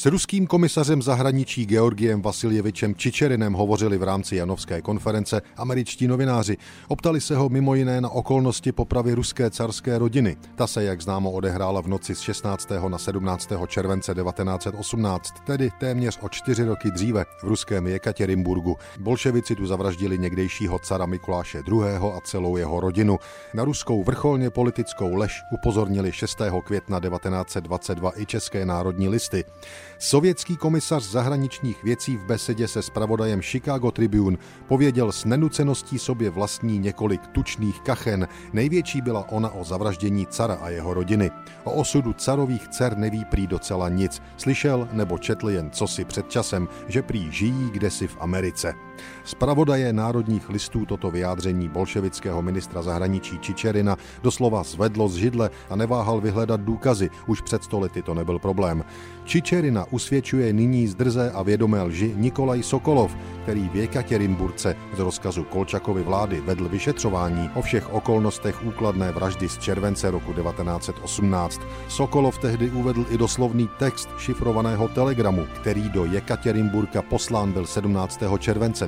S ruským komisařem zahraničí Georgijem Vasiljevičem Čičerinem hovořili v rámci Janovské konference američtí novináři. Optali se ho mimo jiné na okolnosti popravy ruské carské rodiny. Ta se, jak známo, odehrála v noci z 16. na 17. července 1918, tedy téměř o 4 roky dříve v ruském Jekatěrinburgu. Bolševici tu zavraždili někdejšího cara Mikuláše II. A celou jeho rodinu. Na ruskou vrcholně politickou lež upozornili 6. května 1922 i České národní listy. Sovětský komisař zahraničních věcí v besedě se zpravodajem Chicago Tribune pověděl s nenuceností sobě vlastní několik tučných kachen. Největší byla ona o zavraždění cara a jeho rodiny. O osudu carových dcer neví prý docela nic. Slyšel nebo četl jen cosi před časem, že prý žijí kdesi v Americe. Zpravodaje národních listů toto vyjádření bolševického ministra zahraničí Čičerina doslova zvedlo z židle a neváhal vyhledat důkazy. Už před 100 lety to nebyl problém. Čičerina usvědčuje nyní z drzé a vědomé lži Nikolaj Sokolov, který v Jekatěrinburce z rozkazu Kolčakovy vlády vedl vyšetřování o všech okolnostech úkladné vraždy z července roku 1918. Sokolov tehdy uvedl i doslovný text šifrovaného telegramu, který do Jekatěrinburka poslán byl 17. července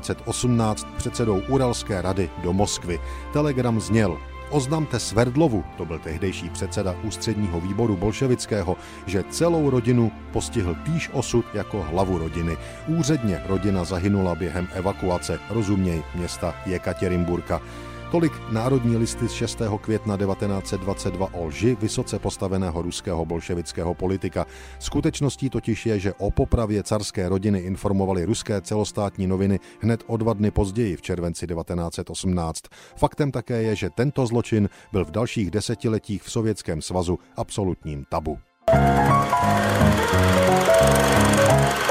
1918 předsedou Uralské rady do Moskvy. Telegram zněl: Oznamte Sverdlovu, to byl tehdejší předseda ústředního výboru bolševického, že celou rodinu postihl týž osud jako hlavu rodiny. Úředně rodina zahynula během evakuace, rozuměj města Jekatěrinburka. Tolik národní listy z 6. května 1922 o lži vysoce postaveného ruského bolševického politika. Skutečností totiž je, že o popravě carské rodiny informovaly ruské celostátní noviny hned o 2 dny později v červenci 1918. Faktem také je, že tento zločin byl v dalších desetiletích v Sovětském svazu absolutním tabu.